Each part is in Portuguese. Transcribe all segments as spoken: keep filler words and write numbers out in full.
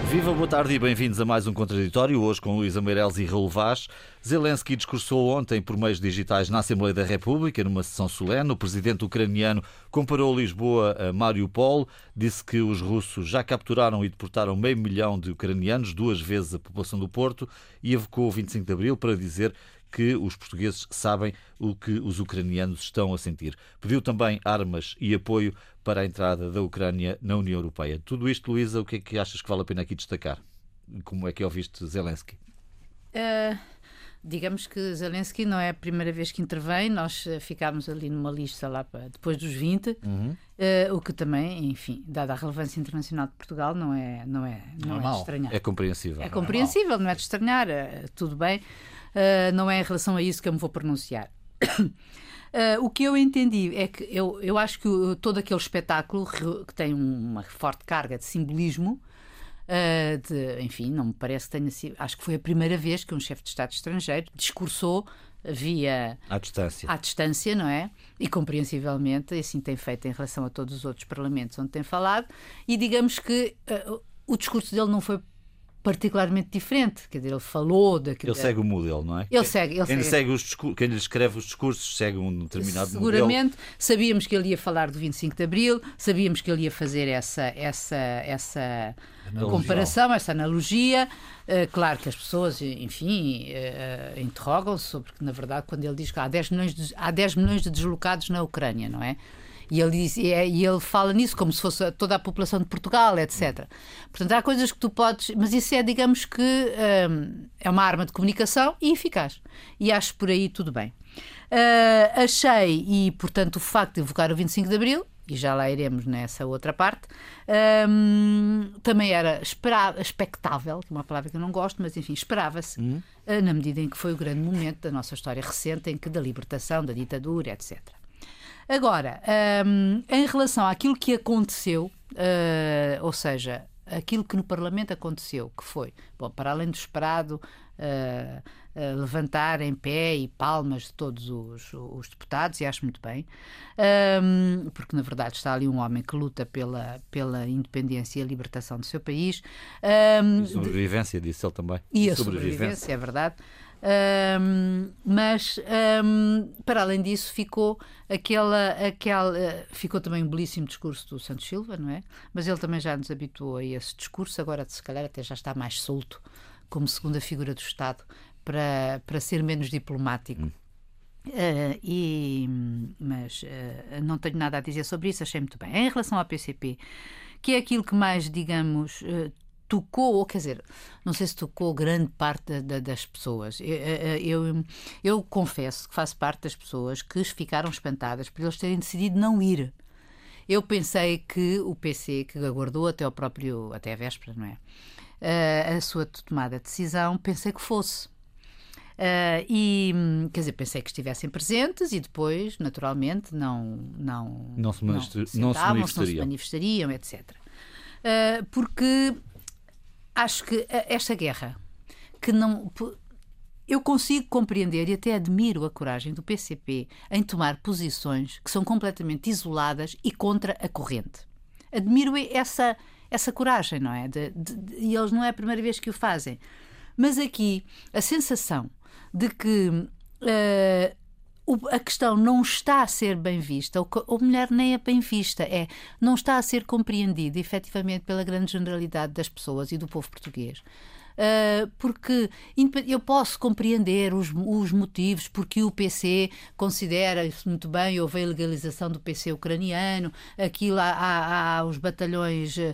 Viva, boa tarde e bem-vindos a mais um Contraditório, hoje com Luísa Meireles e Raul Vaz. Zelensky discursou ontem por meios digitais na Assembleia da República, numa sessão solene. O presidente ucraniano comparou Lisboa a Mariupol, disse que os russos já capturaram e deportaram meio milhão de ucranianos, duas vezes a população do Porto, e evocou o vinte e cinco de Abril para dizer que os portugueses sabem o que os ucranianos estão a sentir. Pediu também armas e apoio para a entrada da Ucrânia na União Europeia. Tudo isto, Luísa, o que é que achas que vale a pena aqui destacar? Como é que ouviste Zelensky? Uh, digamos que Zelensky não é a primeira vez que intervém. Nós ficámos ali numa lista lá para depois dos vinte, uhum. uh, o que também, enfim, dada a relevância internacional de Portugal, não é, não é, não, não é de estranhar. É compreensível. É compreensível, não é, não é de estranhar, uh, tudo bem. Uh, não é em relação a isso que eu me vou pronunciar. Uh, o que eu entendi é que eu, eu acho que o, todo aquele espetáculo que tem uma forte carga de simbolismo, uh, de, enfim, não me parece que tenha sido. Acho que foi a primeira vez que um chefe de Estado estrangeiro discursou via à distância, à distância, não é? E compreensivelmente, e assim tem feito em relação a todos os outros parlamentos onde tem falado, e digamos que uh, o discurso dele não foi particularmente diferente, quer dizer, ele falou daquilo. Ele segue o modelo, não é? Ele segue, ele quem, segue. segue os discursos, quem lhe escreve os discursos segue um determinado Seguramente, modelo. Seguramente, sabíamos que ele ia falar do vinte e cinco de Abril, sabíamos que ele ia fazer essa, essa, essa comparação, essa analogia. Uh, claro que as pessoas, enfim, uh, interrogam-se sobre que, na verdade, quando ele diz que há dez milhões de, há dez milhões de deslocados na Ucrânia, não é? E ele, diz, e, é, e ele fala nisso como se fosse toda a população de Portugal, etcétera. Portanto, há coisas que tu podes... Mas isso é, digamos que, um, é uma arma de comunicação e eficaz. E acho por aí tudo bem. Uh, achei, e portanto o facto de evocar o vinte e cinco de Abril, e já lá iremos nessa outra parte, um, também era esperável, expectável, que é uma palavra que eu não gosto, mas enfim, esperava-se, uhum. uh, na medida em que foi o grande momento da nossa história recente, em que da libertação, da ditadura, etcétera. Agora, um, em relação àquilo que aconteceu, uh, ou seja, aquilo que no Parlamento aconteceu, que foi, bom, para além do esperado, uh, uh, levantar em pé e palmas de todos os, os deputados, e acho muito bem, um, porque na verdade está ali um homem que luta pela, pela independência e a libertação do seu país. Um, e sobrevivência, disse ele também. E a sobrevivência, sobrevivência é verdade. Um, mas um, para além disso ficou aquela, aquela ficou também um belíssimo discurso do Santos Silva, não é? Mas ele também já nos habituou a esse discurso, agora se calhar até já está mais solto como segunda figura do Estado para, para ser menos diplomático. Hum. Uh, e, mas uh, não tenho nada a dizer sobre isso, achei muito bem. Em relação ao P C P, que é aquilo que mais, digamos, uh, tocou, ou quer dizer, não sei se tocou grande parte da, das pessoas. Eu, eu, eu confesso que faço parte das pessoas que ficaram espantadas por eles terem decidido não ir. Eu pensei que o P C, que aguardou até ao próprio, até a véspera, não é? A sua tomada de decisão, pensei que fosse. Uh, e, quer dizer, pensei que estivessem presentes e depois, naturalmente, não, não, não, se, manifestar, não, não se manifestariam, não se manifestariam, etcétera. Uh, porque acho que esta guerra, que não... Eu consigo compreender e até admiro a coragem do P C P em tomar posições que são completamente isoladas e contra a corrente. Admiro essa, essa coragem, não é? De, de, de, e eles não é a primeira vez que o fazem. Mas aqui, a sensação de que uh, o, a questão não está a ser bem vista, ou, ou melhor, nem é bem vista, é, não está a ser compreendida efetivamente pela grande generalidade das pessoas e do povo português. Uh, porque eu posso compreender os, os motivos porque o P C considera isso muito bem, houve a legalização do P C ucraniano, aquilo há, há, há os batalhões uh,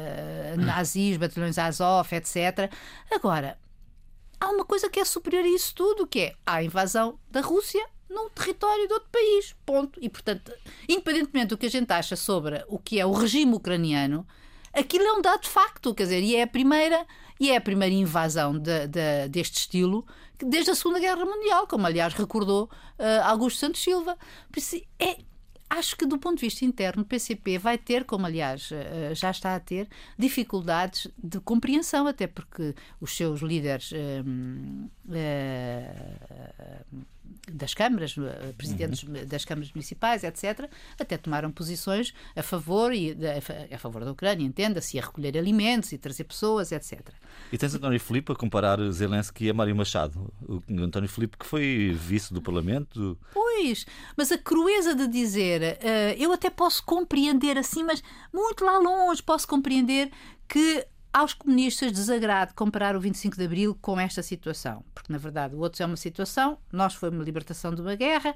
nazis, batalhões Azov, etcétera. Agora, há uma coisa que é superior a isso tudo, que é a invasão da Rússia num território de outro país, ponto. E, portanto, independentemente do que a gente acha sobre o que é o regime ucraniano, aquilo é um dado de facto, quer dizer, e é a primeira, e é a primeira invasão de, de, deste estilo desde a Segunda Guerra Mundial, como aliás recordou uh, Augusto Santos Silva. Por isso, é, acho que do ponto de vista interno o P C P vai ter, como aliás uh, já está a ter, dificuldades de compreensão, até porque os seus líderes uh, uh, das câmaras, presidentes uhum. das câmaras municipais, etcétera, até tomaram posições a favor, e, a, a favor da Ucrânia, entenda-se, a recolher alimentos e trazer pessoas, etcétera. E tens António Filipe a comparar Zelensky a Mário Machado. O António Filipe que foi vice do Parlamento. Pois, mas a crueza de dizer, uh, eu até posso compreender assim, mas muito lá longe posso compreender que aos comunistas desagrade comparar o vinte e cinco de Abril com esta situação. Porque, na verdade, o outro é uma situação, nós foi uma libertação de uma guerra.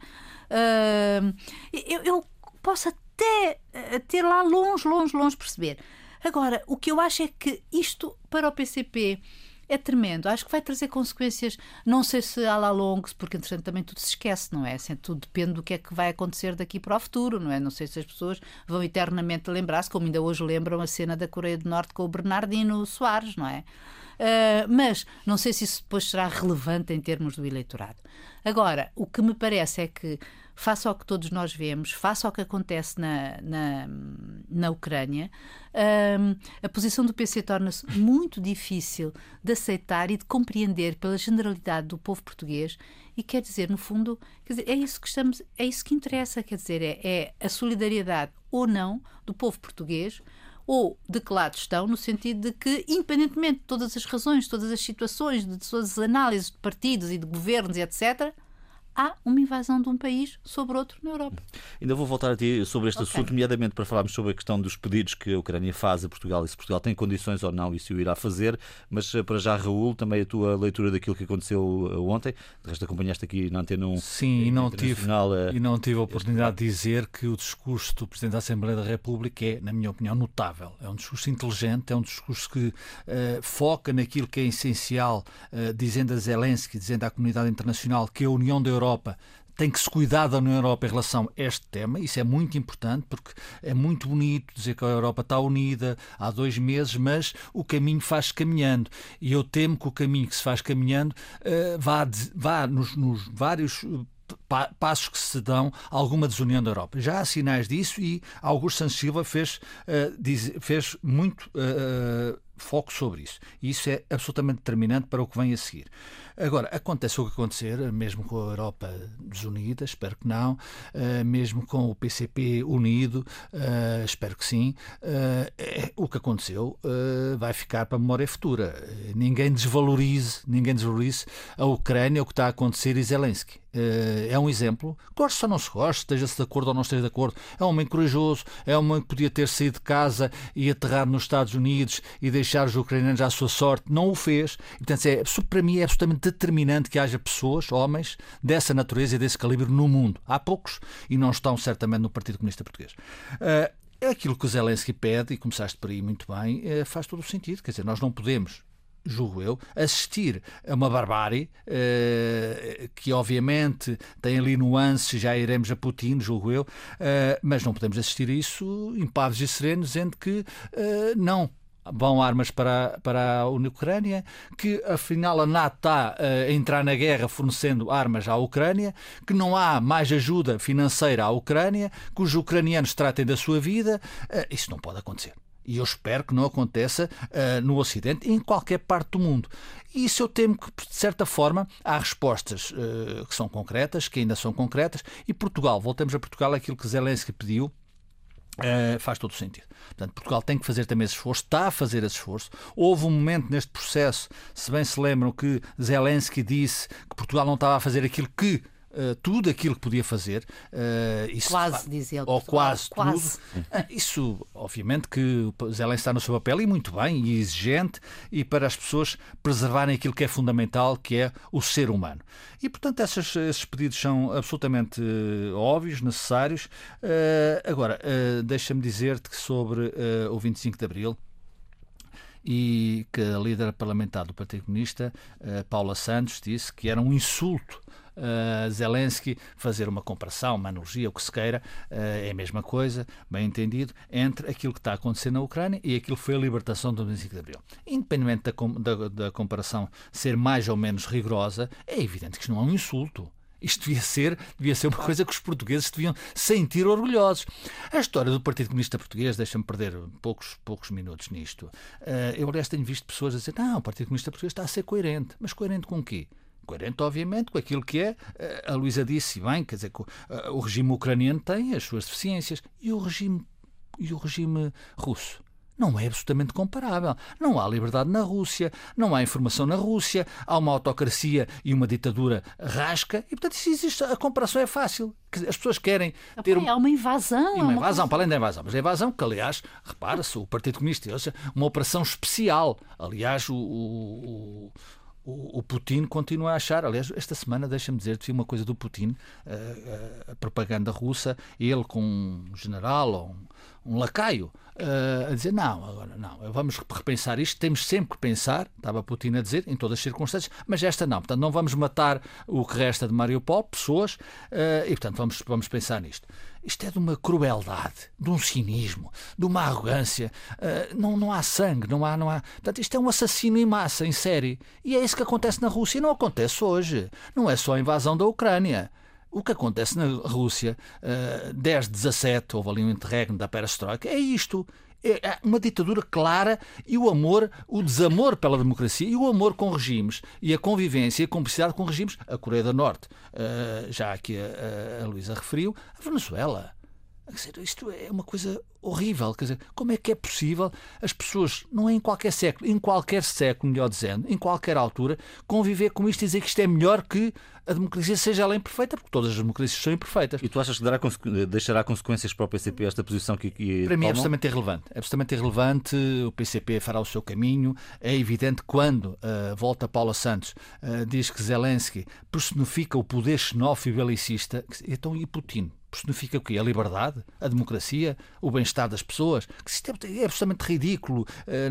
Uh, eu, eu posso até ter lá longe, longe, longe perceber. Agora, o que eu acho é que isto, para o P C P, é tremendo. Acho que vai trazer consequências, não sei se à la longue, porque, entretanto, também tudo se esquece, não é? Assim, tudo depende do que é que vai acontecer daqui para o futuro, não é? Não sei se as pessoas vão eternamente lembrar-se, como ainda hoje lembram a cena da Coreia do Norte com o Bernardino Soares, não é? Uh, mas não sei se isso depois será relevante em termos do eleitorado. Agora, o que me parece é que, face ao que todos nós vemos, face ao que acontece na, na, na Ucrânia, um, a posição do P C torna-se muito difícil de aceitar e de compreender pela generalidade do povo português, e quer dizer, no fundo, quer dizer, é isso que estamos, é isso que interessa, quer dizer, é, é a solidariedade ou não do povo português, ou de que lado estão, no sentido de que, independentemente de todas as razões, de todas as situações, de todas as análises de partidos e de governos, etcétera, há uma invasão de um país sobre outro na Europa. Ainda vou voltar a ti sobre este okay. assunto, nomeadamente para falarmos sobre a questão dos pedidos que a Ucrânia faz a Portugal e se Portugal tem condições ou não e se o irá fazer, mas para já, Raul, também a tua leitura daquilo que aconteceu ontem, de resto acompanhaste aqui na Antena um. Sim, e não, tive, e não tive a oportunidade de dizer que o discurso do Presidente da Assembleia da República é, na minha opinião, notável. É um discurso inteligente, é um discurso que uh, foca naquilo que é essencial, uh, dizendo a Zelensky, dizendo à comunidade internacional que a União da Europa Europa tem que se cuidar da União Europeia em relação a este tema. Isso é muito importante, porque é muito bonito dizer que a Europa está unida há dois meses, mas o caminho faz-se caminhando. E eu temo que o caminho que se faz caminhando uh, vá, vá nos, nos vários passos que se dão a alguma desunião da Europa. Já há sinais disso e Augusto Santos Silva fez, uh, diz, fez muito uh, foco sobre isso. E isso é absolutamente determinante para o que vem a seguir. Agora, acontece o que acontecer, mesmo com a Europa desunida, espero que não, uh, mesmo com o P C P unido, uh, espero que sim, uh, é, o que aconteceu uh, vai ficar para a memória futura. Ninguém desvalorize, ninguém desvalorize a Ucrânia, o que está a acontecer e Zelensky. Uh, é um exemplo, goste ou não se goste, esteja-se de acordo ou não esteja de acordo, é um homem corajoso, é um homem que podia ter saído de casa e aterrado nos Estados Unidos e deixar os ucranianos à sua sorte, não o fez. E, portanto, é, para mim é absolutamente determinante que haja pessoas, homens, dessa natureza e desse calibre no mundo. Há poucos e não estão certamente no Partido Comunista Português. Uh, aquilo que o Zelensky pede, e começaste por aí muito bem, uh, faz todo o sentido. Quer dizer, nós não podemos, julgo eu, assistir a uma barbárie uh, que obviamente tem ali nuances, já iremos a Putin, julgo eu, uh, mas não podemos assistir a isso impávidos e serenos, dizendo que uh, não vão armas para, para a Ucrânia, que afinal a NATO está a entrar na guerra fornecendo armas à Ucrânia, que não há mais ajuda financeira à Ucrânia, que os ucranianos tratem da sua vida. Uh, isso não pode acontecer. E eu espero que não aconteça uh, no Ocidente e em qualquer parte do mundo. E isso eu temo que, de certa forma, há respostas uh, que são concretas, que ainda são concretas, e Portugal, voltamos a Portugal, aquilo que Zelensky pediu, Uh, faz todo o sentido. Portanto, Portugal tem que fazer também esse esforço, está a fazer esse esforço. Houve um momento neste processo, se bem se lembram, que Zelensky disse que Portugal não estava a fazer aquilo que Uh, tudo aquilo que podia fazer, uh, isso, quase, diz ele, ou quase, quase tudo. Uh, isso, obviamente, que o Zelensky está no seu papel e muito bem, e exigente, e para as pessoas preservarem aquilo que é fundamental, que é o ser humano. E, portanto, esses, esses pedidos são absolutamente uh, óbvios, necessários. Uh, agora, uh, deixa-me dizer-te que sobre uh, o vinte e cinco de Abril, e que a líder parlamentar do Partido Comunista, uh, Paula Santos, disse que era um insulto Uh, Zelensky fazer uma comparação, uma analogia, o que se queira, uh, é a mesma coisa, bem entendido, entre aquilo que está a acontecer na Ucrânia e aquilo que foi a libertação do vinte e cinco de Abril. Independente da, com, da, da comparação ser mais ou menos rigorosa, é evidente que isto não é um insulto. Isto devia ser, devia ser uma coisa que os portugueses deviam sentir orgulhosos. A história do Partido Comunista Português, deixa-me perder poucos, poucos minutos nisto. Uh, eu, aliás, tenho visto pessoas a dizer, não, o Partido Comunista Português está a ser coerente. Mas coerente com o quê? Coerente, obviamente, com aquilo que é, a Luísa disse bem, quer dizer, o regime ucraniano tem as suas deficiências e o regime, e o regime russo não é absolutamente comparável. Não há liberdade na Rússia, não há informação na Rússia, há uma autocracia e uma ditadura rasca, e portanto isso existe, a comparação é fácil. As pessoas querem ter... Há uma invasão. Uma, uma invasão, coisa... para além da invasão. Mas a invasão que, aliás, repara-se, o Partido Comunista, uma operação especial. Aliás, o... o O, o Putin continua a achar, aliás, esta semana, deixa-me dizer-te uma coisa do Putin, a, a propaganda russa, ele com um general ou um, um lacaio, a, a dizer, não, agora não, vamos repensar isto, temos sempre que pensar, estava Putin a dizer, em todas as circunstâncias, mas esta não, portanto não vamos matar o que resta de Mariupol, pessoas, e portanto vamos, vamos pensar nisto. Isto é de uma crueldade, de um cinismo, de uma arrogância. Uh, não, não há sangue, não há, não há... Portanto, isto é um assassino em massa, em série. E é isso que acontece na Rússia. Não acontece hoje. Não é só a invasão da Ucrânia. O que acontece na Rússia, uh, dez dezassete, houve ali um interregno da perestroika, é isto. É uma ditadura clara e o amor, o desamor pela democracia e o amor com regimes e a convivência e a cumplicidade com regimes. A Coreia do Norte, já aqui a, a Luísa referiu, a Venezuela. Quer dizer, isto é uma coisa horrível. Quer dizer, como é que é possível as pessoas, não é em qualquer século, em qualquer século, melhor dizendo, em qualquer altura, conviver com isto e dizer que isto é melhor que a democracia seja ela imperfeita, porque todas as democracias são imperfeitas. E tu achas que dará, deixará consequências para o P C P esta posição que, que para mim é absolutamente irrelevante. É absolutamente irrelevante. O P C P fará o seu caminho. É evidente que quando uh, volta Paula Santos, uh, diz que Zelensky personifica o poder xenófobo e belicista, então e Putin? Personifica o quê? A liberdade, a democracia, o bem-estar das pessoas? Que isto é absolutamente ridículo.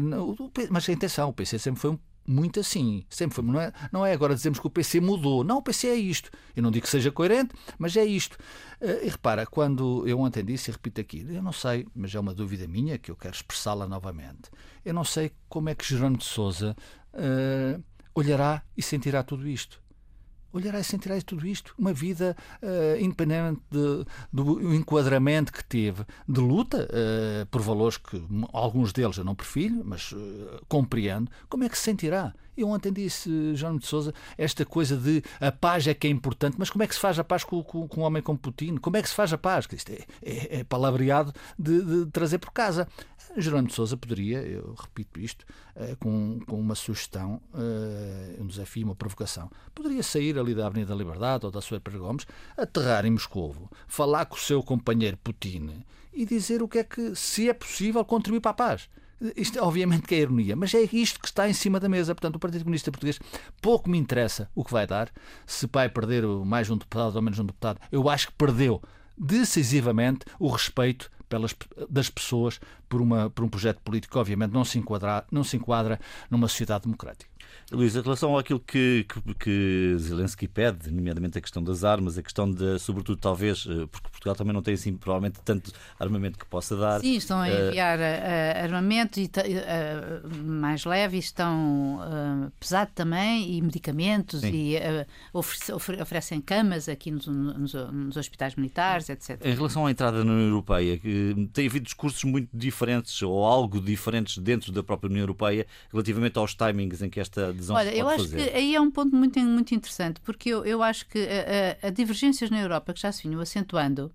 Mas atenção, o P C sempre foi um muito assim, sempre foi. Não é, não é agora dizemos que o P C mudou. Não, o P C é isto. Eu não digo que seja coerente, mas é isto. E repara, quando eu ontem disse e repito aqui, eu não sei, mas é uma dúvida minha que eu quero expressá-la novamente. Eu não sei como é que Jerónimo de Sousa uh, olhará e sentirá tudo isto. Olhará e sentirá tudo isto. Uma vida uh, independente de, do enquadramento que teve de luta uh, por valores que alguns deles eu não prefiro, mas uh, compreendo. Como é que se sentirá? Eu ontem disse, Jerónimo de Sousa, esta coisa de a paz é que é importante, mas como é que se faz a paz com, com, com um homem como Putin? Como é que se faz a paz? Isto é, é, é palavreado de, de trazer por casa. Jerónimo de Sousa poderia, eu repito isto, uh, com, com uma sugestão, uh, um desafio, uma provocação, poderia sair ali da Avenida da Liberdade ou da Soeiro Pérez Gomes, aterrar em Moscovo, falar com o seu companheiro Putin e dizer o que é que, se é possível, contribuir para a paz. Isto obviamente que é ironia, mas é isto que está em cima da mesa. Portanto, o Partido Comunista Português pouco me interessa o que vai dar, se vai perder mais um deputado ou menos um deputado. Eu acho que perdeu decisivamente o respeito pelas, das pessoas por, uma, por um projeto político que obviamente não se enquadra, não se enquadra numa sociedade democrática. Luís, em relação àquilo que, que, que Zelensky pede, nomeadamente a questão das armas, a questão de, sobretudo, talvez, porque Portugal também não tem assim, provavelmente, tanto armamento que possa dar. Sim, estão a enviar uh, uh, armamento e, uh, mais leve, estão uh, pesado também, e medicamentos, sim. e uh, oferecem, oferecem camas aqui nos, nos, nos hospitais militares, etcétera. Em relação à entrada na União Europeia, que tem havido discursos muito diferentes, ou algo diferentes dentro da própria União Europeia, relativamente aos timings em que esta adesão Olha, se pode eu acho fazer. Que aí é um ponto muito, muito interessante, porque eu, eu acho que a, a, a divergências na Europa que já se vinham acentuando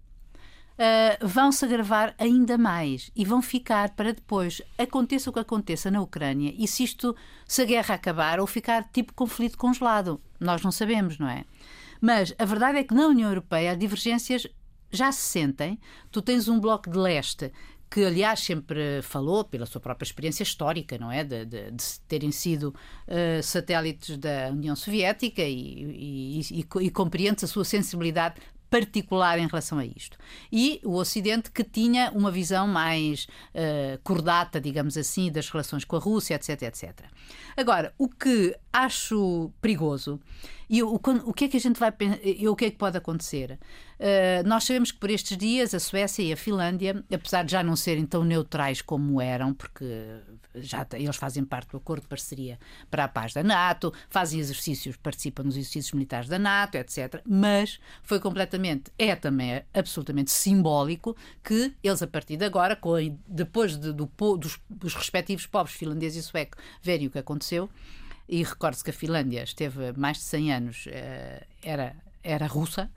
uh, vão-se agravar ainda mais e vão ficar para depois, aconteça o que aconteça na Ucrânia, e se isto, se a guerra acabar ou ficar tipo conflito congelado, nós não sabemos, não é? Mas a verdade é que na União Europeia as divergências já se sentem. Tu tens um bloco de leste que, aliás, sempre falou, pela sua própria experiência histórica, não é? De, de, de terem sido uh, satélites da União Soviética e, e, e, e compreende a sua sensibilidade particular em relação a isto. E o Ocidente, que tinha uma visão mais uh, cordata, digamos assim, das relações com a Rússia, etc, etcétera. Agora, o que acho perigoso, e o, o que é que a gente vai pensar, e o que é que pode acontecer? Uh, nós sabemos que por estes dias a Suécia e a Finlândia, apesar de já não serem tão neutrais como eram, porque já eles fazem parte do acordo de parceria para a paz da NATO, fazem exercícios, participam nos exercícios militares da NATO, etcétera, mas foi completamente, é também absolutamente simbólico que eles, a partir de agora, com, depois de, do, dos, dos respectivos povos finlandês e sueco verem o que aconteceu, e recorde-se que a Finlândia esteve mais de cem anos, era, era russa,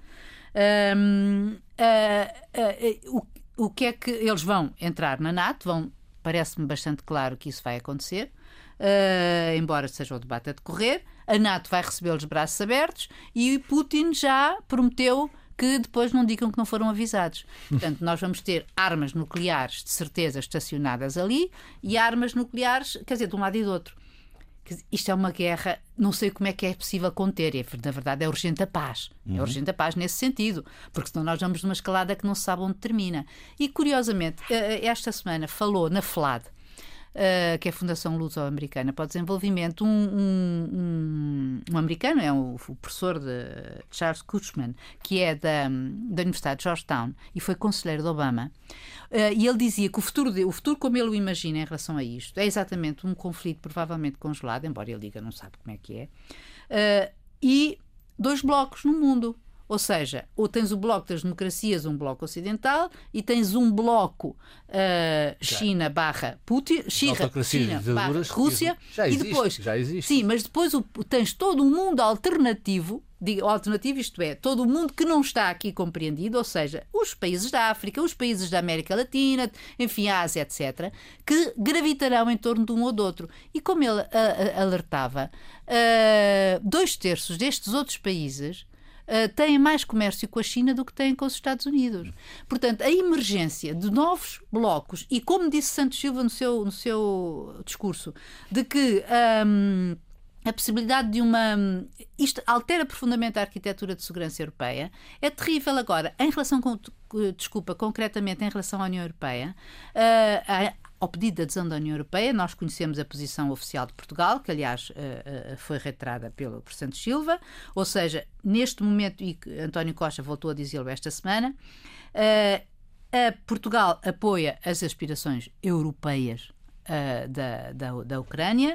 um, uh, uh, uh, o, o que é que eles vão entrar na NATO, vão, parece-me bastante claro que isso vai acontecer, uh, embora seja o debate a decorrer, a NATO vai recebê-los de braços abertos e Putin já prometeu que depois não digam que não foram avisados. Portanto, nós vamos ter armas nucleares de certeza estacionadas ali e armas nucleares, quer dizer, de um lado e do outro. Isto é uma guerra, não sei como é que é possível conter, e na verdade é urgente a paz. Uhum. É urgente a paz nesse sentido, porque senão nós vamos numa escalada que não se sabe onde termina. E curiosamente, esta semana falou na FLAD, Uh, que é a Fundação Luso-Americana para o Desenvolvimento, um, um, um, um americano, é o, o professor de Charles Kutzman, que é da, da Universidade de Georgetown e foi conselheiro de Obama, uh, e ele dizia que o futuro, de, o futuro como ele o imagina em relação a isto é exatamente um conflito provavelmente congelado, embora ele diga não sabe como é que é, uh, e dois blocos no mundo. Ou seja, ou tens o bloco das democracias, um bloco ocidental, e tens um bloco uh, China barra Putin, China, China barra Rússia, já existe, e depois, já existe. Sim, mas depois o, tens todo um mundo alternativo, digo, alternativo isto é, todo o mundo que não está aqui compreendido, ou seja, os países da África, os países da América Latina, enfim, a Ásia, etcétera, que gravitarão em torno de um ou do outro. E como ele a, a, alertava, uh, dois terços destes outros países Uh, têm mais comércio com a China do que têm com os Estados Unidos. Portanto, a emergência de novos blocos, e como disse Santos Silva no seu, no seu discurso, de que um, a possibilidade de uma... Isto altera profundamente a arquitetura de segurança europeia, é terrível. Agora, em relação com... Desculpa, concretamente em relação à União Europeia, uh, a ao pedido de adesão da União Europeia, nós conhecemos a posição oficial de Portugal, que aliás foi reiterada pelo Presidente Silva, ou seja, neste momento, e António Costa voltou a dizê-lo esta semana, a Portugal apoia as aspirações europeias da, da, da Ucrânia,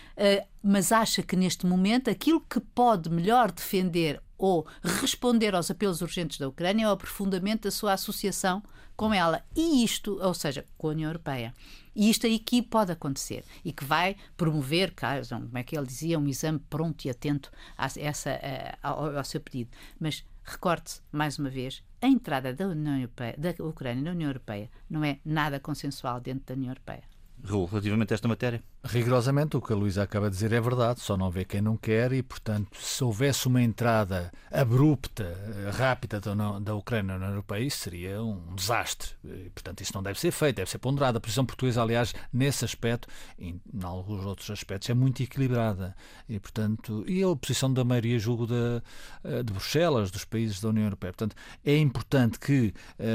mas acha que neste momento aquilo que pode melhor defender ou responder aos apelos urgentes da Ucrânia é o aprofundamento da sua associação com ela. E isto, ou seja, com a União Europeia. E isto aí que pode acontecer e que vai promover, como é que ele dizia, um exame pronto e atento a essa, ao, ao seu pedido. Mas recorde-se, mais uma vez, a entrada da, União Europeia, da Ucrânia na União Europeia não é nada consensual dentro da União Europeia. Raul, relativamente a esta matéria? Rigorosamente, o que a Luísa acaba de dizer é verdade, só não vê quem não quer e, portanto, se houvesse uma entrada abrupta, rápida da, da Ucrânia na União Europeia, isso seria um desastre. E, portanto, isso não deve ser feito, deve ser ponderado. A posição portuguesa, aliás, nesse aspecto, e em alguns outros aspectos, é muito equilibrada. E, portanto, e a posição da maioria, julgo, de, de Bruxelas, dos países da União Europeia. Portanto, é importante que,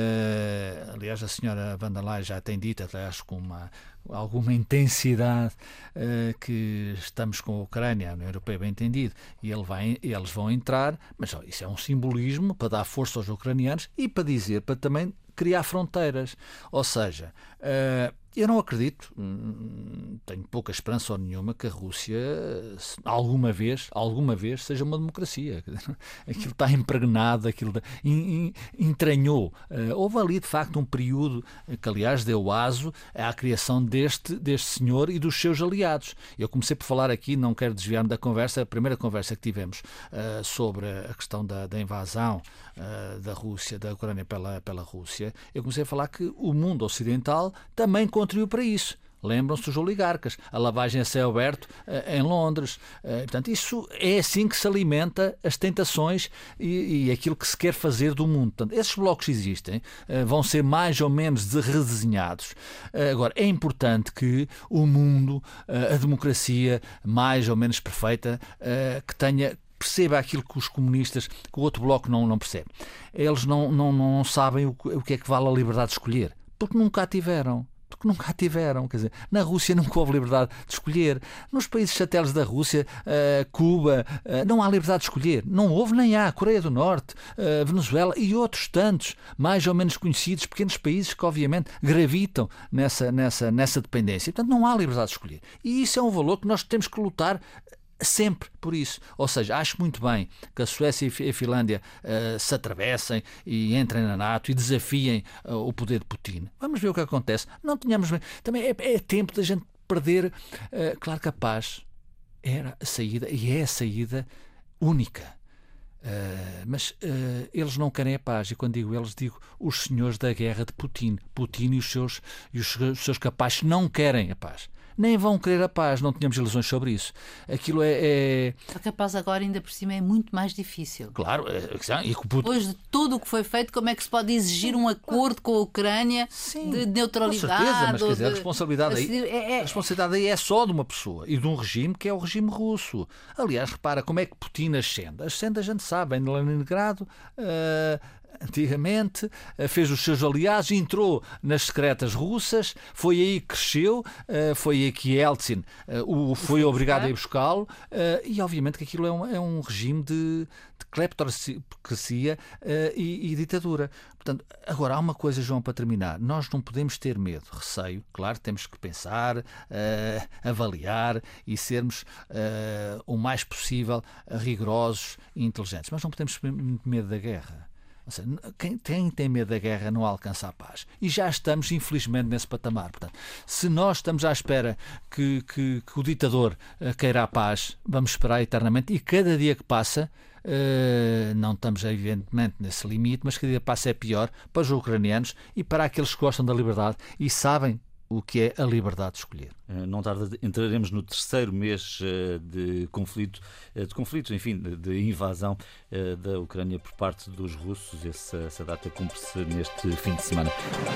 uh, aliás, a senhora Van der Leyen já tem dito, aliás, com uma... alguma intensidade uh, que estamos com a Ucrânia, a União Europeia, bem entendido, e ele vai, eles vão entrar, mas ó, isso é um simbolismo para dar força aos ucranianos e para dizer, para também criar fronteiras. Ou seja, uh, eu não acredito, tenho pouca esperança ou nenhuma que a Rússia alguma vez, alguma vez seja uma democracia. Aquilo está impregnado, aquilo entranhou. Houve ali, de facto, um período que, aliás, deu aso à criação deste, deste senhor e dos seus aliados. Eu comecei por falar aqui, não quero desviar-me da conversa, a primeira conversa que tivemos uh, sobre a questão da, da invasão uh, da Rússia, da Ucrânia pela, pela Rússia, eu comecei a falar que o mundo ocidental também contribuiu para isso. Lembram-se dos oligarcas, a lavagem a céu aberto uh, em Londres. Uh, portanto, isso é assim que se alimenta as tentações e, e aquilo que se quer fazer do mundo. Portanto, esses blocos existem, uh, vão ser mais ou menos redesenhados. Uh, agora, é importante que o mundo, uh, a democracia mais ou menos perfeita, uh, que tenha... perceba aquilo que os comunistas, que o outro bloco não, não percebe. Eles não, não, não sabem o, o que é que vale a liberdade de escolher, porque nunca a tiveram. Porque nunca a tiveram. Quer dizer, na Rússia nunca houve liberdade de escolher. Nos países satélites da Rússia, uh, Cuba, uh, não há liberdade de escolher. Não houve nem há. Coreia do Norte, uh, Venezuela e outros tantos, mais ou menos conhecidos, pequenos países que obviamente gravitam nessa, nessa, nessa dependência. Portanto, não há liberdade de escolher. E isso é um valor que nós temos que lutar sempre por isso. Ou seja, acho muito bem que a Suécia e a Finlândia uh, se atravessem e entrem na NATO e desafiem uh, o poder de Putin. Vamos ver o que acontece. Não tenhamos... Também é, é tempo da gente perder... Uh, claro que a paz era a saída, e é a saída única. Uh, mas uh, eles não querem a paz, e quando digo eles, digo os senhores da guerra de Putin. Putin e os seus, e os, os seus capazes não querem a paz, nem vão querer a paz, não tínhamos ilusões sobre isso. Aquilo é, é... Só que a paz agora ainda por cima é muito mais difícil. Claro, é, e que... depois de tudo o que foi feito, como é que se pode exigir um acordo com a Ucrânia? Sim, de neutralidade? Com certeza, mas quer dizer, de... a responsabilidade aí, é, é... a responsabilidade aí é só de uma pessoa e de um regime que é o regime russo. Aliás, repara como é que Putin ascende. Ascende, a gente sabe, em Leningrado... Uh... antigamente, fez os seus aliados, entrou nas secretas russas, foi aí que cresceu, foi aí que Yeltsin o foi obrigado a ir buscá-lo, e obviamente que aquilo é um, é um regime de, de cleptocracia e, e ditadura. Portanto, agora há uma coisa, João, para terminar: nós não podemos ter medo, receio, claro, temos que pensar, avaliar e sermos o mais possível rigorosos e inteligentes, mas não podemos ter medo da guerra. Ou seja, quem, quem tem medo da guerra não alcança a paz. E já estamos, infelizmente, nesse patamar. Portanto, se nós estamos à espera que, que, que o ditador queira a paz, vamos esperar eternamente. E cada dia que passa, uh, não estamos, evidentemente, nesse limite, mas cada dia que passa é pior para os ucranianos e para aqueles que gostam da liberdade e sabem o que é a liberdade de escolher. Não tarda, entraremos no terceiro mês de conflito, de conflito, enfim, de invasão da Ucrânia por parte dos russos. Essa, essa data cumpre-se neste fim de semana.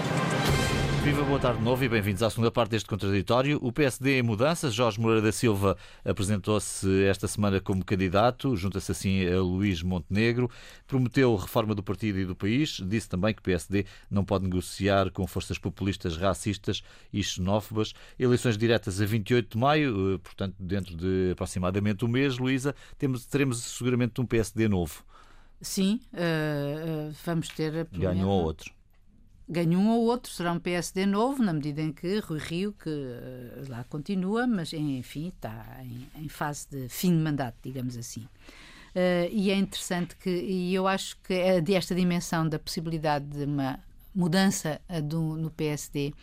Viva, boa tarde de novo e bem-vindos à segunda parte deste contraditório. O P S D em mudanças. Jorge Moreira da Silva apresentou-se esta semana como candidato, junta-se assim a Luís Montenegro, prometeu reforma do partido e do país, disse também que o P S D não pode negociar com forças populistas, racistas e xenófobas. Eleições diretas a vinte e oito de maio, portanto dentro de aproximadamente um mês. Luísa, temos, teremos seguramente um P S D novo. Sim, uh, uh, vamos ter... Ganha um ou outro. Ganha um ou outro, será um P S D novo, na medida em que Rui Rio, que uh, lá continua, mas enfim está em, em fase de fim de mandato, digamos assim. Uh, e é interessante que, e eu acho que é desta dimensão da possibilidade de uma mudança uh, do, no P S D,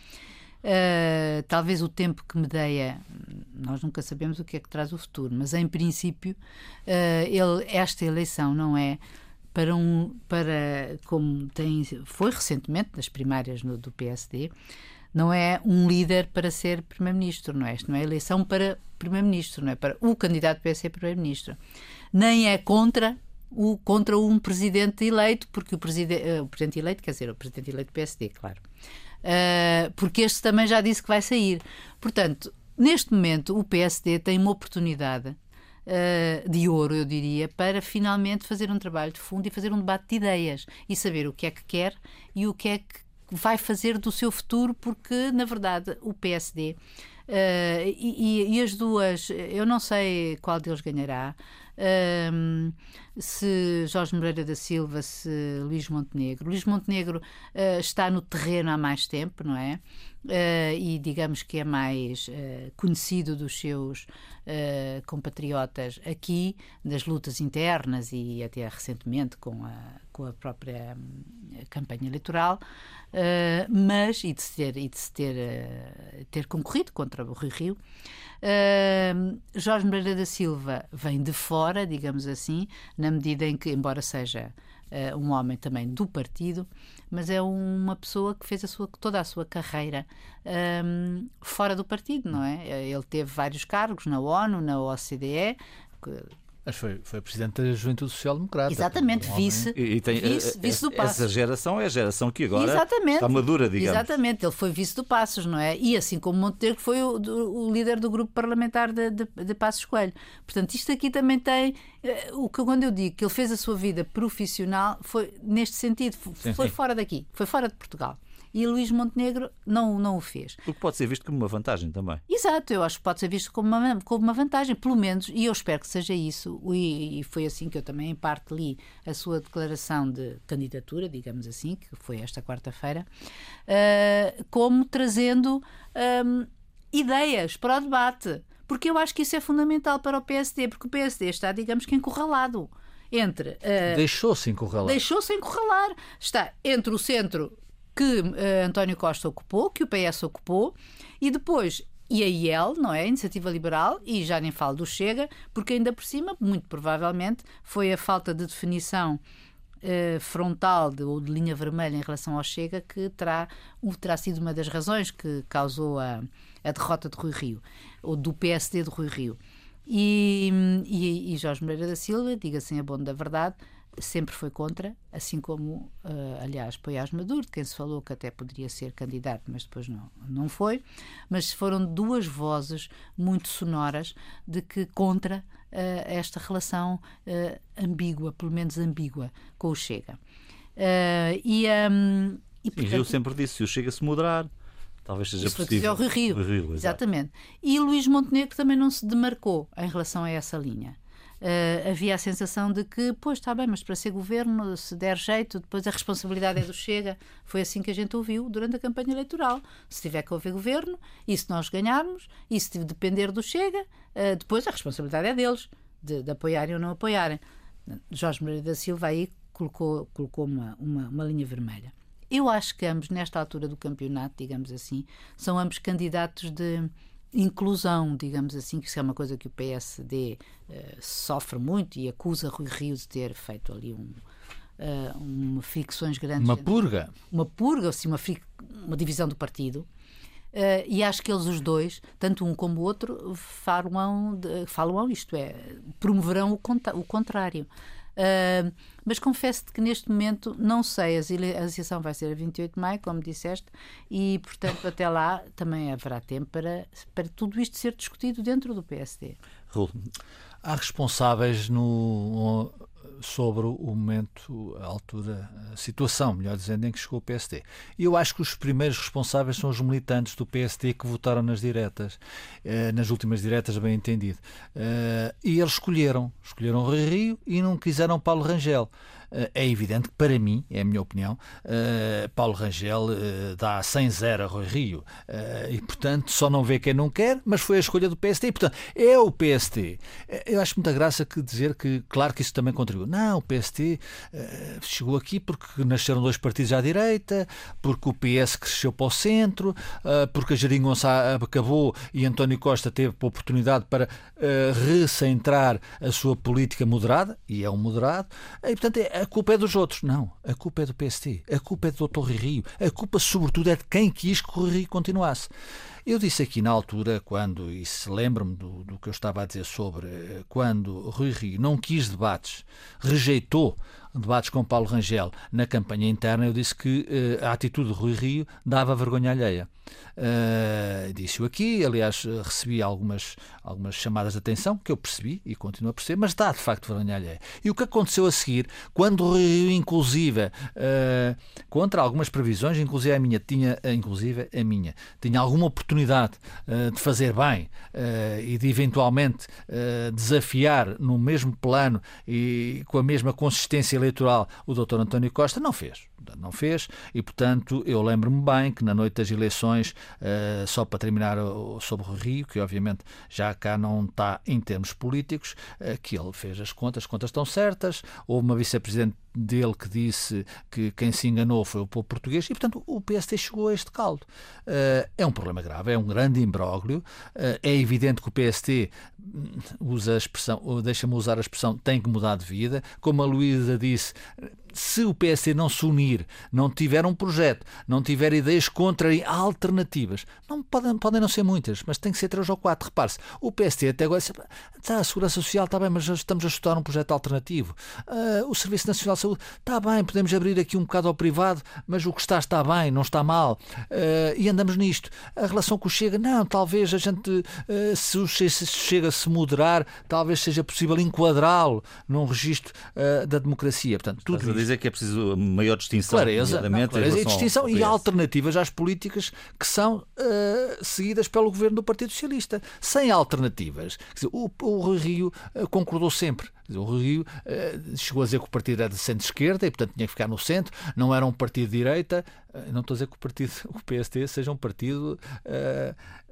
uh, talvez o tempo que medeia, nós nunca sabemos o que é que traz o futuro, mas em princípio uh, ele, esta eleição não é para um, para, como tem, foi recentemente nas primárias no, do P S D, não é um líder para ser primeiro-ministro, não é? Isto não é eleição para primeiro-ministro, não é para o candidato para ser primeiro-ministro. Nem é contra, o, contra um presidente eleito, porque o presidente, o presidente eleito, quer dizer, o presidente eleito do P S D, claro. Uh, porque este também já disse que vai sair. Portanto, neste momento, o P S D tem uma oportunidade Uh, de ouro, eu diria, para finalmente fazer um trabalho de fundo e fazer um debate de ideias e saber o que é que quer e o que é que vai fazer do seu futuro, porque, na verdade, o P S D uh, e, e as duas, eu não sei qual deles ganhará, uh, se Jorge Moreira da Silva, se Luís Montenegro. Luís Montenegro uh, está no terreno há mais tempo, não é? Uh, e digamos que é mais uh, conhecido dos seus uh, compatriotas aqui, das lutas internas e até recentemente com a, com a própria um, campanha eleitoral, uh, mas e de se ter, e de se ter, uh, ter concorrido contra o Rui Rio. Uh, Jorge Moreira da Silva vem de fora, digamos assim, na medida em que, embora seja Uh, um homem também do partido, mas é uma pessoa que fez a sua, toda a sua carreira um, fora do partido, não é? Ele teve vários cargos na ONU, na O C D E. Que... Mas foi, foi presidente da Juventude Social Democrata. Exatamente, um vice, e, e tem, vice, a, vice do Passos. Essa geração é a geração que agora Exatamente. está madura, digamos. Exatamente, ele foi vice do Passos, não é? E assim como Montenegro foi o, o líder do grupo parlamentar de, de, de Passos Coelho. Portanto, isto aqui também tem... O que quando eu digo que ele fez a sua vida profissional foi neste sentido, foi, foi fora daqui, foi fora de Portugal. E Luís Montenegro não, não o fez. O que pode ser visto como uma vantagem também. Exato, eu acho que pode ser visto como uma, como uma vantagem, pelo menos, e eu espero que seja isso, e, e foi assim que eu também, em parte, li a sua declaração de candidatura, digamos assim, que foi esta quarta-feira, uh, como trazendo um, ideias para o debate, porque eu acho que isso é fundamental para o P S D, porque o P S D está, digamos que, encurralado. Entre... Uh, deixou-se encurralar. Deixou-se encurralar. Está entre o centro que uh, António Costa ocupou, que o P S ocupou, e depois e a I E L, não é? A Iniciativa Liberal, e já nem falo do Chega, porque ainda por cima, muito provavelmente, foi a falta de definição eh, frontal de, ou de linha vermelha em relação ao Chega que terá, terá sido uma das razões que causou a, a derrota de Rui Rio, ou do P S D de Rui Rio. E, e, e Jorge Moreira da Silva, diga-se em abono da verdade, sempre foi contra, assim como, uh, aliás, Poiás Maduro, de quem se falou que até poderia ser candidato, mas depois não, não foi. Mas foram duas vozes muito sonoras de que contra uh, esta relação uh, ambígua, pelo menos ambígua, com o Chega. Uh, e, um, e, portanto, Rio sempre disse, se o Chega se moderar, talvez seja isso possível. Foi Rio, Rio, Rio exatamente. E Luís Montenegro também não se demarcou em relação a essa linha. Uh, havia a sensação de que, pois, está bem, mas para ser governo, se der jeito, depois a responsabilidade é do Chega. Foi assim que a gente ouviu durante a campanha eleitoral. Se tiver que haver governo, e se nós ganharmos, e se depender do Chega, uh, depois a responsabilidade é deles, de, de apoiarem ou não apoiarem. Jorge Moreira da Silva aí colocou, colocou uma, uma, uma linha vermelha. Eu acho que ambos, nesta altura do campeonato, digamos assim, são ambos candidatos de inclusão, digamos assim, que isso é uma coisa que o P S D uh, sofre muito e acusa Rui Rio de ter feito ali um, uh, uma fricções grandes. Uma purga. Uma purga, assim, uma, uma divisão do partido. Uh, e acho que eles os dois, tanto um como o outro, falam, de, falam isto é, promoverão o, conta, o contrário. Uh, mas confesso-te que neste momento não sei, a eleição vai ser a vinte e oito de maio, como disseste, e portanto até lá também haverá tempo para, para tudo isto ser discutido dentro do P S D. Há responsáveis no, sobre o momento, a altura, a situação, melhor dizendo, em que chegou o P S D. E eu acho que os primeiros responsáveis são os militantes do P S D que votaram nas diretas, eh, nas últimas diretas, bem entendido. Eh, e eles escolheram, escolheram Rui Rio e não quiseram Paulo Rangel. É evidente que, para mim, é a minha opinião, uh, Paulo Rangel uh, dá cem a zero a Rui Rio uh, e, portanto, só não vê quem não quer, mas foi a escolha do P S D e, portanto, é o P S D. Eu acho muita graça que dizer que, claro que isso também contribuiu. Não, o P S D uh, chegou aqui porque nasceram dois partidos à direita, porque o P S cresceu para o centro, uh, porque a Jeringonça acabou e António Costa teve a oportunidade para uh, recentrar a sua política moderada, e é um moderado, e, portanto, é a culpa é dos outros. Não, a culpa é do P S D, a culpa é do doutor Rui Rio, a culpa sobretudo é de quem quis que o Rui Rio continuasse. Eu disse aqui na altura, quando, e se lembro-me do, do que eu estava a dizer sobre, quando Rui Rio não quis debates, rejeitou debates com Paulo Rangel na campanha interna, eu disse que uh, a atitude de Rui Rio dava vergonha alheia. Uh, Disse-o aqui, aliás, recebi algumas, algumas chamadas de atenção, que eu percebi e continuo a perceber, mas dá de facto vergonha alheia. E o que aconteceu a seguir, quando o Rui Rio, inclusive, uh, contra algumas previsões, inclusive a minha, tinha, inclusive a minha, tinha alguma oportunidade uh, de fazer bem uh, e de eventualmente uh, desafiar no mesmo plano e com a mesma consistência eleitoral o doutor António Costa, não fez. Não fez e, portanto, eu lembro-me bem que na noite das eleições, uh, só para terminar sobre o Rio, que obviamente já cá não está em termos políticos, uh, que ele fez as contas, as contas estão certas, houve uma vice-presidente dele que disse que quem se enganou foi o povo português e, portanto, o P S D chegou a este caldo. Uh, é um problema grave, é um grande imbróglio, uh, é evidente que o P S D usa a expressão, ou deixa-me usar a expressão, tem que mudar de vida. Como a Luísa disse, se o P S D não se unir, não tiver um projeto, não tiver ideias contra alternativas, não podem, podem não ser muitas, mas tem que ser três ou quatro. Repare-se, o P S D até agora disse, tá, a Segurança Social está bem, mas estamos a estudar um projeto alternativo. Uh, o Serviço Nacional de Saúde está bem, podemos abrir aqui um bocado ao privado, mas o que está está bem, não está mal. Uh, e andamos nisto. A relação com o Chega, não, talvez a gente, uh, se o Chega se moderar, talvez seja possível enquadrá-lo num registro uh, da democracia. Portanto, tudo Estás a dizer que é preciso maior distinção. Clareza, não, clareza e distinção e alternativas às políticas que são uh, seguidas pelo governo do Partido Socialista. Sem alternativas. Quer dizer, o, o Rui Rio uh, concordou sempre. O Rui Rio uh, chegou a dizer que o partido era de centro-esquerda e, portanto, tinha que ficar no centro. Não era um partido de direita. Uh, não estou a dizer que o, partido, o P S D seja um partido uh,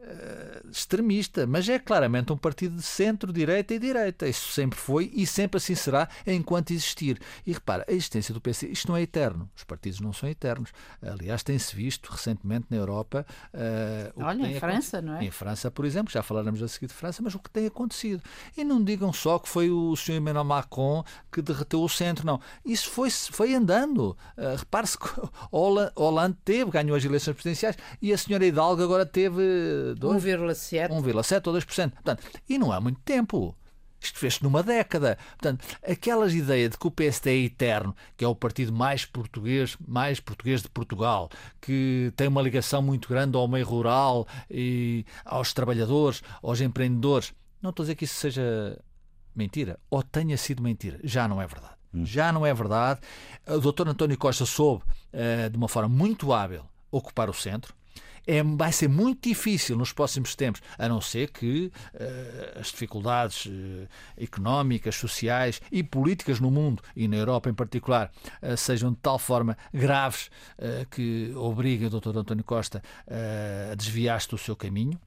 uh, extremista, mas é claramente um partido de centro, direita e direita. Isso sempre foi e sempre assim será enquanto existir. E repara, a existência do P S D, isto não é eterno. Os partidos não são eternos. Aliás, tem-se visto recentemente na Europa... Uh, Olha, em França, não é? Em França, por exemplo, já falaremos a seguir de França, mas o que tem acontecido. E não digam só que foi o senhor Emmanuel Macron que derreteu o centro, não. Isso foi, foi andando. Uh, repare-se que Hollande teve, ganhou as eleições presidenciais e a senhora Hidalgo agora teve um vírgula sete ou dois por cento. Portanto, e não há muito tempo. Isto fez-se numa década. Portanto, aquelas ideias de que o P S D é eterno, que é o partido mais português, mais português de Portugal, que tem uma ligação muito grande ao meio rural e aos trabalhadores, aos empreendedores. Não estou a dizer que isso seja mentira, ou tenha sido mentira. Já não é verdade. Hum. Já não é verdade. O doutor António Costa soube, uh, de uma forma muito hábil, ocupar o centro. É, vai ser muito difícil nos próximos tempos, a não ser que uh, as dificuldades uh, económicas, sociais e políticas no mundo, e na Europa em particular, uh, sejam de tal forma graves uh, que obriguem o doutor António Costa uh, a desviar-se do seu caminho.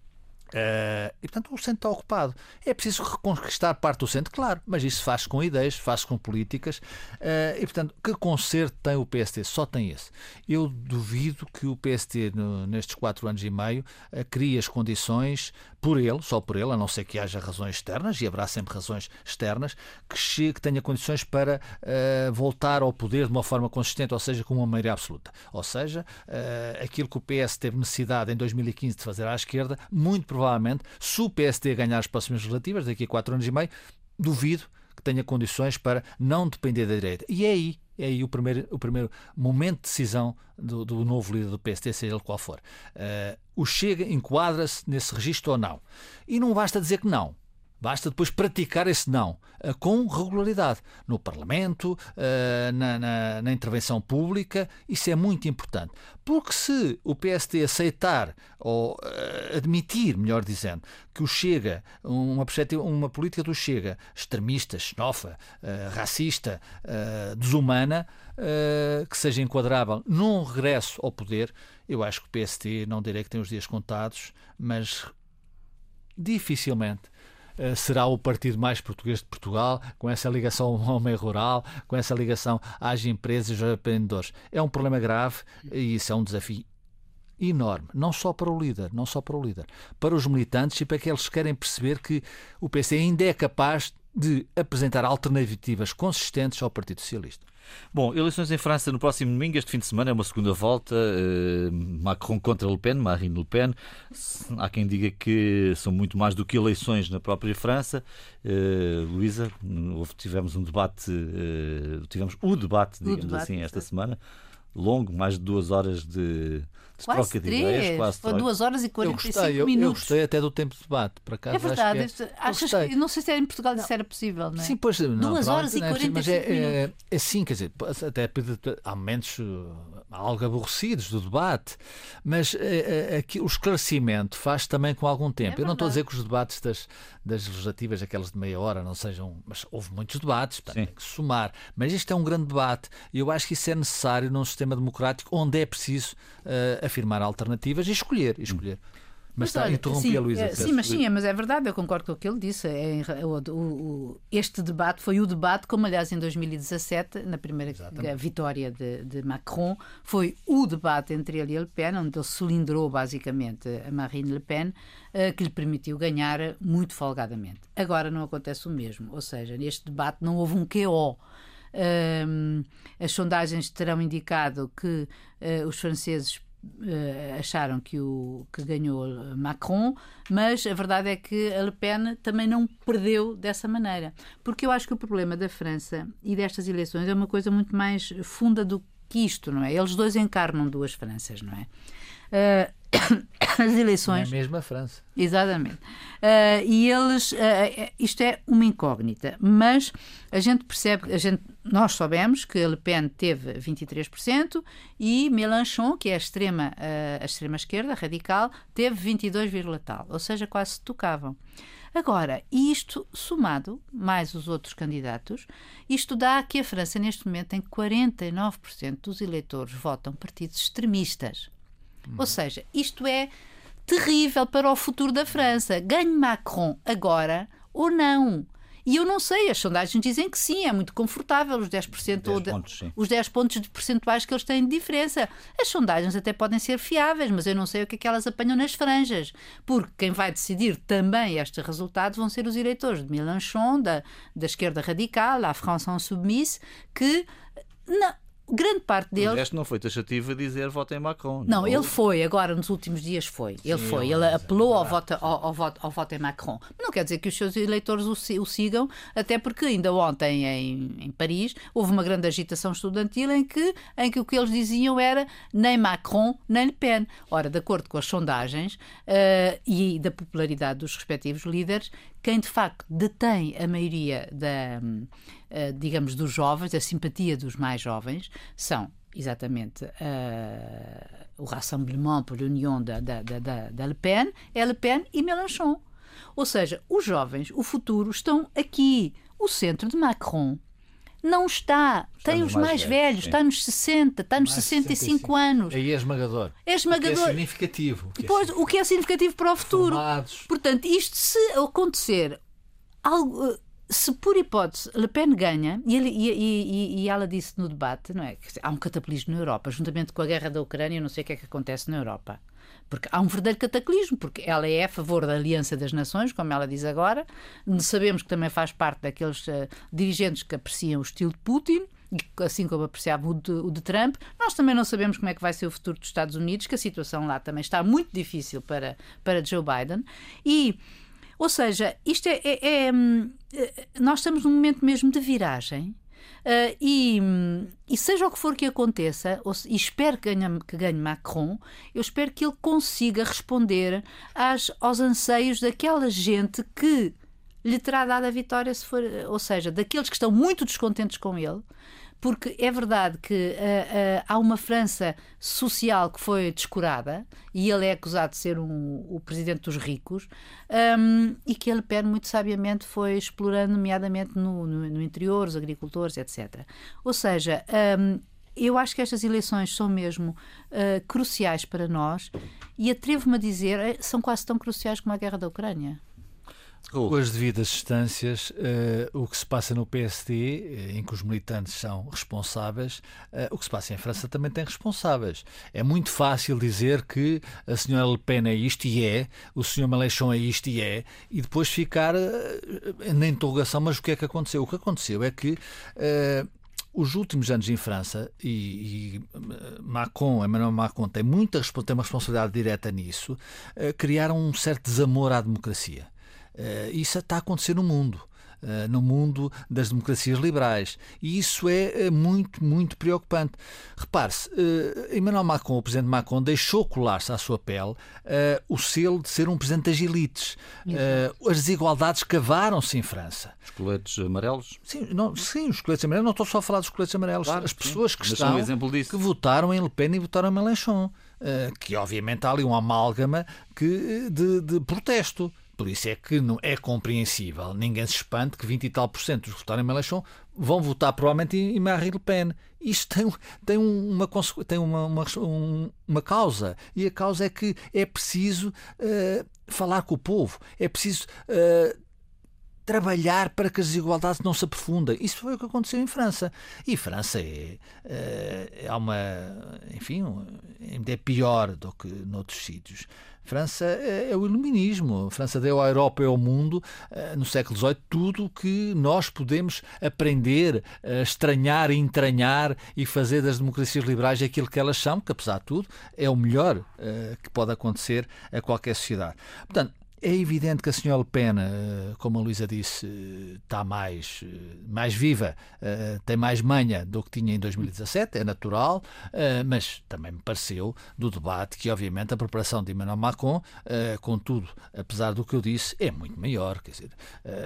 Uh, e portanto o centro está ocupado. É preciso reconquistar parte do centro, claro, mas isso faz com ideias, faz com políticas, uh, e portanto que conserto tem o P S D? Só tem esse. Eu duvido que o P S D no, nestes quatro anos e meio uh, crie as condições por ele, só por ele, a não ser que haja razões externas, e haverá sempre razões externas, que, chegue, que tenha condições para uh, voltar ao poder de uma forma consistente, ou seja, com uma maioria absoluta. Ou seja, uh, aquilo que o P S teve necessidade em dois mil e quinze de fazer à esquerda, muito provavelmente Provavelmente, se o P S D ganhar as próximas legislativas, daqui a quatro anos e meio, duvido que tenha condições para não depender da direita. E é aí, é aí o, primeiro, o primeiro momento de decisão do, do novo líder do P S D, seja ele qual for. Uh, o Chega enquadra-se nesse registro ou não? E não basta dizer que não. Basta depois praticar esse não, uh, com regularidade, no Parlamento, uh, na, na, na intervenção pública. Isso é muito importante. Porque se o P S D aceitar, ou uh, admitir, melhor dizendo, que o Chega, uma, uma política do Chega extremista, xenófoba, uh, racista, uh, desumana, uh, que seja enquadrável num regresso ao poder, eu acho que o P S D, não direi que tem os dias contados, mas dificilmente será o partido mais português de Portugal, com essa ligação ao meio rural, com essa ligação às empresas e aos empreendedores. É um problema grave e isso é um desafio enorme, não só para o líder, não só para o líder, para os militantes e para aqueles que querem perceber que o P S D ainda é capaz de apresentar alternativas consistentes ao Partido Socialista. Bom, eleições em França no próximo domingo, este fim de semana é uma segunda volta, uh, Macron contra Le Pen, Marine Le Pen. Há quem diga que são muito mais do que eleições na própria França. Uh, Luísa, tivemos um debate, uh, tivemos o debate, digamos o debate, assim, esta semana, longo, mais de duas horas de, de quase troca três. de ideias. Quase Foi duas horas e quarenta e cinco eu gostei, minutos. Eu, eu gostei até do tempo de debate, por acaso. É verdade. Acho que é, Achas que, não sei se era em Portugal não. Isso era possível, não é? Sim, pois, não, duas pronto, horas e quarenta e cinco mas é, minutos. É, é sim, quer dizer, até há momentos algo aborrecidos do debate, mas é, é, aqui, o esclarecimento faz também com algum tempo. É eu não estou a dizer que os debates das, das legislativas, aquelas de meia hora, não sejam... Mas houve muitos debates, portanto, tem que somar. Mas este é um grande debate e eu acho que isso é necessário num sistema democrático onde é preciso uh, afirmar alternativas e escolher. E escolher. Hum. Mas, mas está, interrompi a Luísa. Sim, mas sim, mas é verdade, eu concordo com o que ele disse. É, o, o, este debate foi o debate, como aliás em dois mil e dezassete, na primeira Exatamente. vitória de, de Macron, foi o debate entre ele e Le Pen, onde ele cilindrou basicamente a Marine Le Pen, uh, que lhe permitiu ganhar muito folgadamente. Agora não acontece o mesmo, ou seja, neste debate não houve um Q O. Uh, as sondagens terão indicado que uh, os franceses Uh, acharam que, o, que ganhou Macron, mas a verdade é que a Le Pen também não perdeu dessa maneira, porque eu acho que o problema da França e destas eleições é uma coisa muito mais funda do que isto, não é? Eles dois encarnam duas Franças, não é? Uh, as eleições... É a mesma França. Exatamente. Uh, e eles... Uh, isto é uma incógnita, mas a gente percebe... A gente, nós soubemos que a Le Pen teve vinte e três por cento e Mélenchon, que é a extrema, uh, a extrema esquerda, radical, teve vinte e dois, tal. Ou seja, quase se tocavam. Agora, isto somado, mais os outros candidatos, isto dá que a França neste momento tem quarenta e nove por cento dos eleitores votam partidos extremistas. Hum. Ou seja, isto é terrível para o futuro da França. Ganhe Macron agora ou não? E eu não sei, as sondagens dizem que sim, é muito confortável os dez por cento ou de, pontos, os dez pontos de percentuais que eles têm de diferença. As sondagens até podem ser fiáveis, mas eu não sei o que é que elas apanham nas franjas, porque quem vai decidir também este resultado vão ser os eleitores de Mélenchon, da, da esquerda radical, a France Insoumise, que não, grande parte deles... O resto não foi taxativo a dizer votem em Macron. Não, ele foi, agora nos últimos dias foi. Ele Sim, foi, ele apelou ao voto, ao, ao, voto, ao voto em Macron. Não quer dizer que os seus eleitores o, o sigam, até porque ainda ontem em, em Paris houve uma grande agitação estudantil em que, em que o que eles diziam era nem Macron nem Le Pen. Ora, de acordo com as sondagens uh, e da popularidade dos respectivos líderes, quem de facto detém a maioria da, uh, digamos, dos jovens, a simpatia dos mais jovens, são exatamente uh, o Rassemblement pour l'Union da, da, da, da Le Pen, é Le Pen e Mélenchon. Ou seja, os jovens, o futuro, estão aqui. O centro de Macron não está. está tem os mais, mais velhos, velhos está nos sessenta, está nos mais sessenta e cinco anos. Aí é esmagador. É esmagador. O que é significativo. O que é, pois, o que é significativo para o futuro. Formados. Portanto, isto se acontecer, algo, se por hipótese Le Pen ganha, e, ele, e, e, e ela disse no debate, não é? Que há um cataclismo na Europa, juntamente com a guerra da Ucrânia, eu não sei o que é que acontece na Europa. Porque há um verdadeiro cataclismo, porque ela é a favor da Aliança das Nações, como ela diz agora. Sabemos que também faz parte daqueles uh, dirigentes que apreciam o estilo de Putin, assim como apreciavam o de, o de Trump. Nós também não sabemos como é que vai ser o futuro dos Estados Unidos, que a situação lá também está muito difícil para, para Joe Biden. E, ou seja, isto é, é, é, nós estamos num momento mesmo de viragem. Uh, e, e seja o que for que aconteça, ou, e espero que ganhe, que ganhe Macron, eu espero que ele consiga responder às, aos anseios daquela gente que lhe terá dado a vitória, se for, ou seja, daqueles que estão muito descontentes com ele, porque é verdade que uh, uh, há uma França social que foi descurada e ele é acusado de ser um, o presidente dos ricos, um, e que ele, Pen, muito sabiamente foi explorando, nomeadamente no, no, no interior, os agricultores, etcétera. Ou seja, um, eu acho que estas eleições são mesmo uh, cruciais para nós e atrevo-me a dizer, são quase tão cruciais como a guerra da Ucrânia. Com as devidas distâncias, uh, o que se passa no P S D, em que os militantes são responsáveis, uh, o que se passa em França também tem responsáveis. É muito fácil dizer que a senhora Le Pen é isto e é, o senhor Mélenchon é isto e é, e depois ficar uh, na interrogação, mas o que é que aconteceu? O que aconteceu é que uh, os últimos anos em França, e, e Macron, Emmanuel Macron tem, muita, tem uma responsabilidade direta nisso, uh, criaram um certo desamor à democracia. Uh, isso está a acontecer no mundo, uh, no mundo das democracias liberais. E isso é uh, muito, muito preocupante. Repare-se, uh, Emmanuel Macron, o presidente Macron, deixou colar-se à sua pele uh, o selo de ser um presidente das elites. Uh, as desigualdades cavaram-se em França. Os coletes amarelos? Sim, não, sim, os coletes amarelos. Não estou só a falar dos coletes amarelos. Claro, as pessoas que, estão, um exemplo disso. que votaram em Le Pen e votaram em Mélenchon. Uh, que obviamente há ali um amálgama que, de, de protesto. Por isso é que não é compreensível. Ninguém se espante que vinte e tal por cento dos que votaram em Mélenchon vão votar provavelmente em Marine Le Pen. Isto tem, tem, uma, tem uma, uma, uma causa. E a causa é que é preciso uh, falar com o povo. É preciso uh, trabalhar para que as desigualdades não se aprofundem. Isso foi o que aconteceu em França. E França é, uh, é uma... Enfim, ainda é pior do que noutros sítios. França é o iluminismo. A França deu à Europa e ao mundo, no século dezoito, tudo o que nós podemos aprender, estranhar, entranhar e fazer das democracias liberais aquilo que elas são, que apesar de tudo é o melhor que pode acontecer a qualquer sociedade. Portanto, é evidente que a senhora Le Pen, como a Luísa disse, está mais, mais viva, tem mais manha do que tinha em dois mil e dezassete, é natural, mas também me pareceu do debate que, obviamente, a preparação de Emmanuel Macron, contudo, apesar do que eu disse, é muito maior. Quer dizer,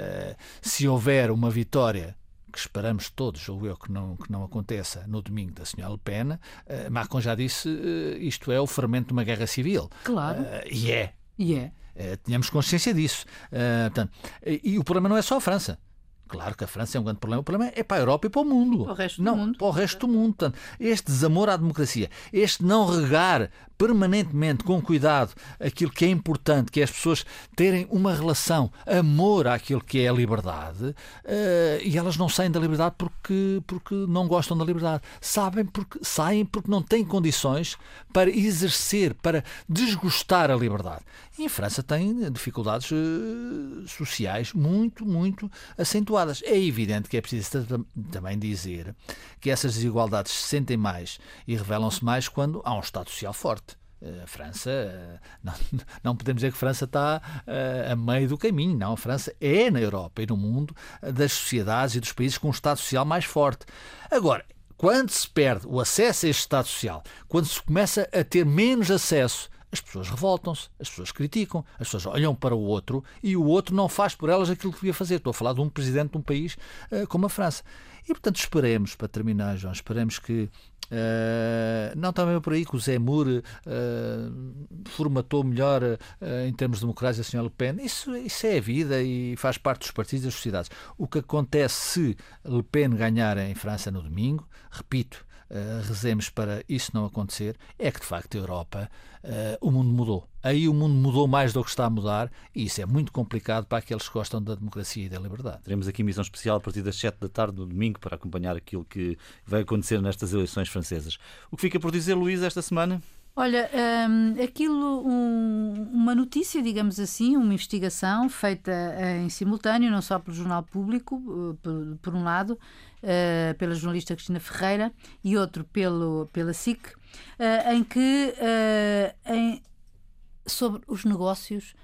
se houver uma vitória, que esperamos todos, ou eu, que não, que não aconteça no domingo da senhora Le Pen, Macron já disse, isto é o fermento de uma guerra civil. Claro. E é. E é. Uh, tínhamos consciência disso. Uh, portanto, e, e o problema não é só a França. Claro que a França é um grande problema. O problema é para a Europa e para o mundo. Para o resto não, do mundo. Para o resto do mundo. Portanto, este desamor à democracia, este não regar permanentemente, com cuidado, aquilo que é importante, que é as pessoas terem uma relação, amor àquilo que é a liberdade, uh, e elas não saem da liberdade porque, porque não gostam da liberdade. Sabem porque, saem porque não têm condições para exercer, para desgostar a liberdade. E em França tem dificuldades uh, sociais muito, muito acentuadas. É evidente que é preciso também dizer que essas desigualdades se sentem mais e revelam-se mais quando há um Estado social forte. A França, não, não podemos dizer que a França está uh, a meio do caminho, não. A França é na Europa e no mundo das sociedades e dos países com um Estado social mais forte. Agora, quando se perde o acesso a este Estado social, quando se começa a ter menos acesso, as pessoas revoltam-se, as pessoas criticam, as pessoas olham para o outro e o outro não faz por elas aquilo que devia fazer. Estou a falar de um presidente de um país uh, como a França. E, portanto, esperemos, para terminar, João, esperemos que Uh, não também por aí que o Zé Moure uh, formatou melhor uh, em termos democráticos a senhora Le Pen. Isso, isso é a vida e faz parte dos partidos e das sociedades. O que acontece se Le Pen ganhar em França no domingo, repito, uh, rezemos para isso não acontecer, é que de facto a Europa, uh, o mundo mudou. Aí o mundo mudou mais do que está a mudar e isso é muito complicado para aqueles que gostam da democracia e da liberdade. Teremos aqui emissão especial a partir das sete da tarde do domingo para acompanhar aquilo que vai acontecer nestas eleições francesas. O que fica por dizer, Luís, esta semana? Olha, um, aquilo, um, uma notícia, digamos assim, uma investigação feita uh, em simultâneo, não só pelo Jornal Público, uh, por, por um lado, uh, pela jornalista Cristina Ferreira e outro pelo, pela S I C, uh, em que uh, em, sobre os negócios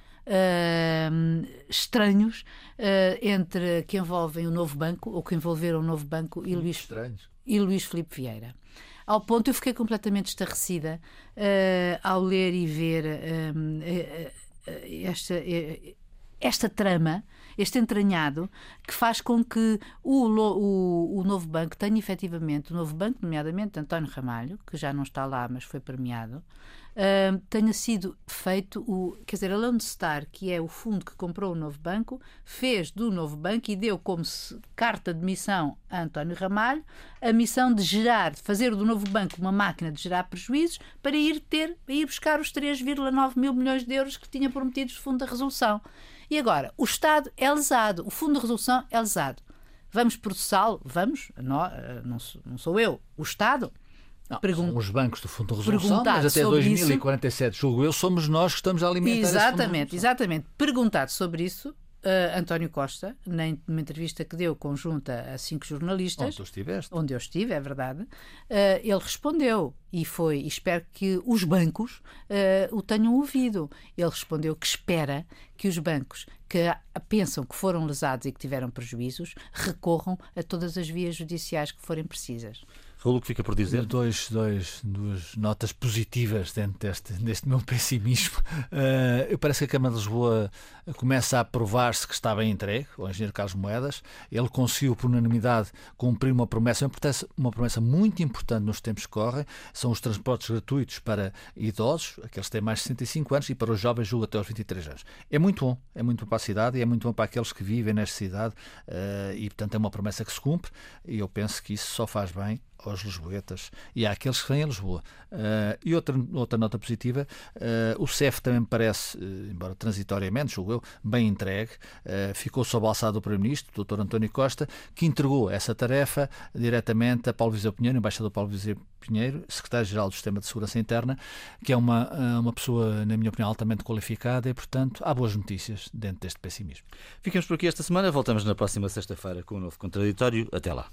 uh, estranhos uh, entre que envolvem o Novo Banco, ou que envolveram o Novo Banco e Luís, e Luís Filipe Vieira. Ao ponto eu fiquei completamente estarrecida uh, ao ler e ver um, uh, uh, esta, uh, esta trama, este entranhado, que faz com que o, o, o Novo Banco tenha efetivamente, o Novo Banco, nomeadamente António Ramalho, que já não está lá, mas foi premiado, Uh, tenha sido feito o, quer dizer, a Lone Star, que é o fundo que comprou o Novo Banco, fez do Novo Banco e deu como se, carta de missão a António Ramalho a missão de gerar, de fazer do Novo Banco uma máquina de gerar prejuízos para ir ter, para ir buscar os três vírgula nove mil milhões de euros que tinha prometido o Fundo da Resolução. E agora, o Estado é lesado, o Fundo de Resolução é lesado. Vamos processá-lo? Vamos? Não, não, sou, não sou eu, o Estado. Não, Pergun- são os bancos do Fundo de Resolução, mas até dois mil e quarenta e sete, julgo eu, somos nós que estamos a alimentar exatamente, exatamente. Perguntado sobre isso, uh, António Costa, numa entrevista que deu conjunta a cinco jornalistas, onde tu estiveste, onde eu estive, é verdade, uh, ele respondeu, e foi, e espero que os bancos uh, o tenham ouvido. Ele respondeu que espera que os bancos que pensam que foram lesados e que tiveram prejuízos recorram a todas as vias judiciais que forem precisas. Raul, o que fica por dizer? Dois, dois, duas notas positivas dentro deste, deste meu pessimismo. Uh, eu parece que a Câmara de Lisboa começa a provar-se que está bem entregue, o engenheiro Carlos Moedas. Ele conseguiu, por unanimidade, cumprir uma promessa, uma promessa muito importante nos tempos que correm. São os transportes gratuitos para idosos, aqueles que têm mais de sessenta e cinco anos, e para os jovens, julgo, até aos vinte e três anos. É muito bom, é muito bom para a cidade e é muito bom para aqueles que vivem nesta cidade uh, e, portanto, é uma promessa que se cumpre e eu penso que isso só faz bem aos lisboetas e àqueles que vêm a Lisboa. Uh, e outra, outra nota positiva, uh, o C E F também me parece, uh, embora transitoriamente, julgo eu, bem entregue, uh, ficou sob a alçada do Primeiro-Ministro, o doutor António Costa, que entregou essa tarefa diretamente a Paulo Viseu Pinheiro, embaixador Paulo Viseu Pinheiro, secretário-geral do Sistema de Segurança Interna, que é uma, uma pessoa, na minha opinião, altamente qualificada e, portanto, há boas notícias dentro deste pessimismo. Ficamos por aqui esta semana, voltamos na próxima sexta-feira com um novo Contraditório. Até lá.